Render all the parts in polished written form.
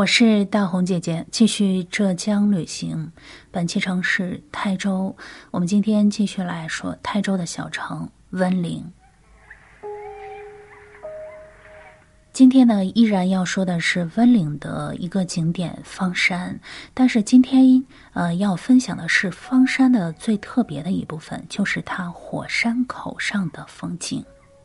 我是大红姐姐，继续浙江旅行。本期城市台州，我们今天继续来说台州的小城温岭。今天呢，依然要说的是温岭的一个景点方山，但是今天要分享的是方山的最特别的一部分，就是它火山口上的风景。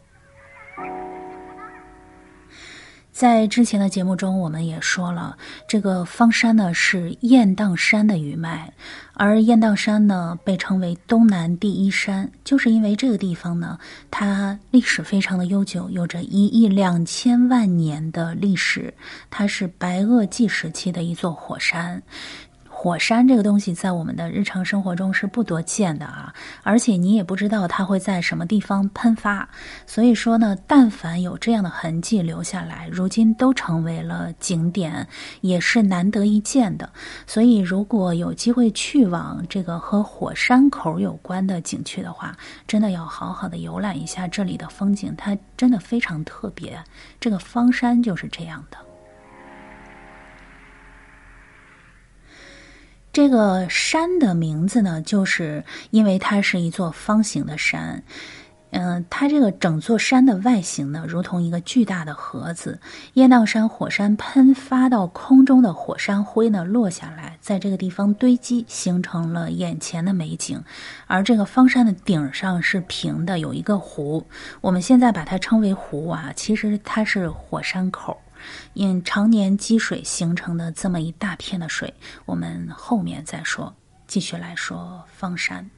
在之前的节目中，我们也说了，这个方山呢是雁荡山的余脉，而雁荡山呢被称为东南第一山，就是因为这个地方呢，它历史非常的悠久，有着1亿2千万年的历史，它是白垩纪时期的一座火山。火山这个东西在我们的日常生活中是不多见的啊，而且你也不知道它会在什么地方喷发，所以说呢，但凡有这样的痕迹留下来，如今都成为了景点，也是难得一见的。所以如果有机会去往这个和火山口有关的景区的话，真的要好好的游览一下这里的风景，它真的非常特别。这个方山就是这样的。这个山的名字呢，就是因为它是一座方形的山。它这个整座山的外形呢，如同一个巨大的盒子。雁荡山火山喷发到空中的火山灰呢，落下来，在这个地方堆积，形成了眼前的美景。而这个方山的顶上是平的，有一个湖，我们现在把它称为湖啊，其实它是火山口。因常年积水形成的这么一大片的水，我们后面再说。继续来说方山。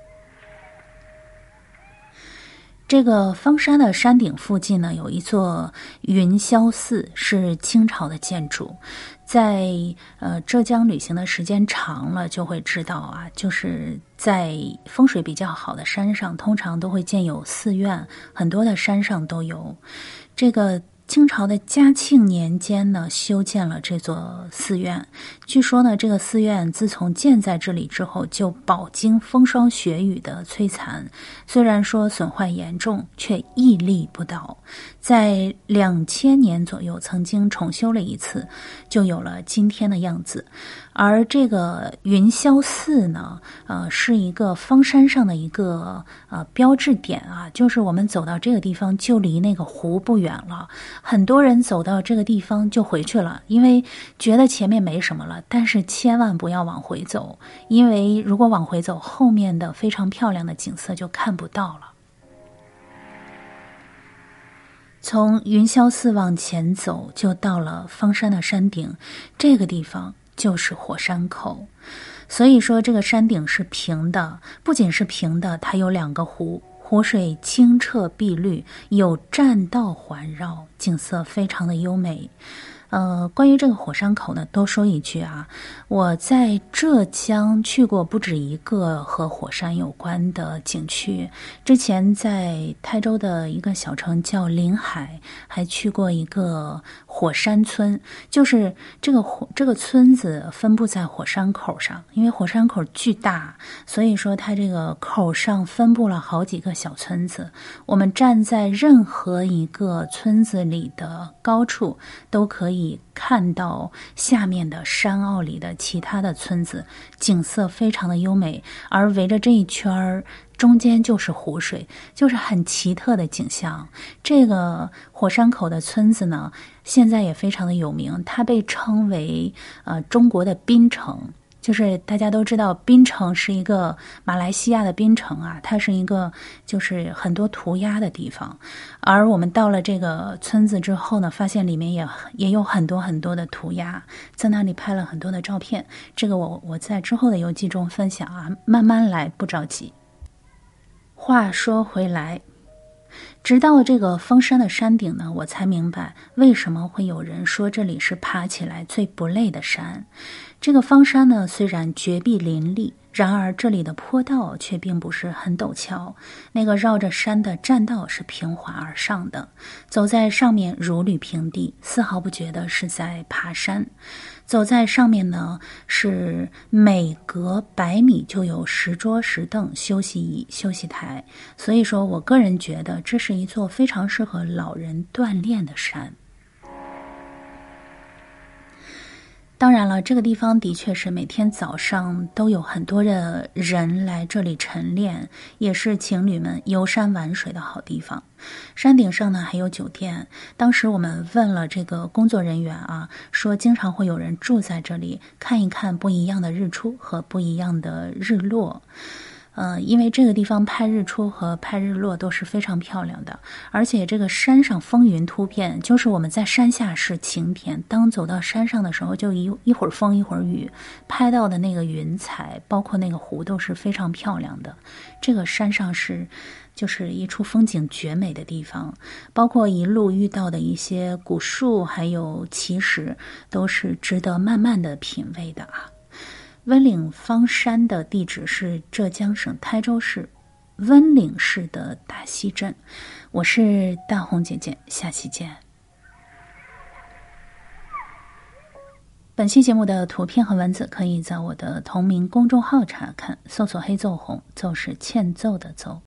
这个方山的山顶附近呢，有一座云霄寺，是清朝的建筑。在浙江旅行的时间长了，就会知道啊，就是在风水比较好的山上，通常都会建有寺院，很多的山上都有。这个清朝的嘉庆年间呢，修建了这座寺院。据说呢，这个寺院自从建在这里之后，就饱经风霜雪雨的摧残。虽然说损坏严重，却屹立不倒。在2000年左右，曾经重修了一次，就有了今天的样子。而这个云霄寺呢，是一个方山上的一个标志点啊，就是我们走到这个地方，就离那个湖不远了。很多人走到这个地方就回去了，因为觉得前面没什么了，但是千万不要往回走，因为如果往回走，后面的非常漂亮的景色就看不到了。从云霄寺往前走，就到了方山的山顶，这个地方就是火山口。所以说这个山顶是平的，不仅是平的，它有2个湖，湖水清澈碧绿，有栈道环绕，景色非常的优美。关于这个火山口呢，多说一句啊，我在浙江去过不止一个和火山有关的景区。之前在台州的一个小城叫临海，还去过一个火山村，就是这个村子分布在火山口上，因为火山口巨大，所以说它这个口上分布了好几个小村子。我们站在任何一个村子里的高处，都可以看到下面的山坳里的其他的村子，景色非常的优美。而围着这一圈中间就是湖水，就是很奇特的景象。这个火山口的村子呢，现在也非常的有名，它被称为中国的槟城。就是大家都知道槟城是一个马来西亚的槟城啊，它是一个就是很多涂鸦的地方。而我们到了这个村子之后呢，发现里面也有很多很多的涂鸦，在那里拍了很多的照片。这个我在之后的游记中分享啊，慢慢来，不着急。话说回来，直到这个方山的山顶呢，我才明白为什么会有人说这里是爬起来最不累的山。这个方山呢，虽然绝壁林立，然而这里的坡道却并不是很陡峭，那个绕着山的栈道是平滑而上的，走在上面如履平地，丝毫不觉得是在爬山。走在上面呢，是每隔100米就有石桌石凳、休息椅、休息台，所以说我个人觉得这是一座非常适合老人锻炼的山。 当然了，这个地方的确是每天早上都有很多的人来这里晨练，也是情侣们游山玩水的好地方。山顶上呢还有酒店，当时我们问了这个工作人员啊，说经常会有人住在这里，看一看不一样的日出和不一样的日落。因为这个地方拍日出和拍日落都是非常漂亮的，而且这个山上风云突变，就是我们在山下是晴天，当走到山上的时候就一会儿风一会儿雨，拍到的那个云彩包括那个湖都是非常漂亮的。这个山上就是一处风景绝美的地方，包括一路遇到的一些古树还有奇石都是值得慢慢的品味的啊。温岭方山的地址是浙江省台州市温岭市的大溪镇。我是大红姐姐，下期见。本期节目的图片和文字可以在我的同名公众号查看，搜索黑奏红，奏是欠揍的奏。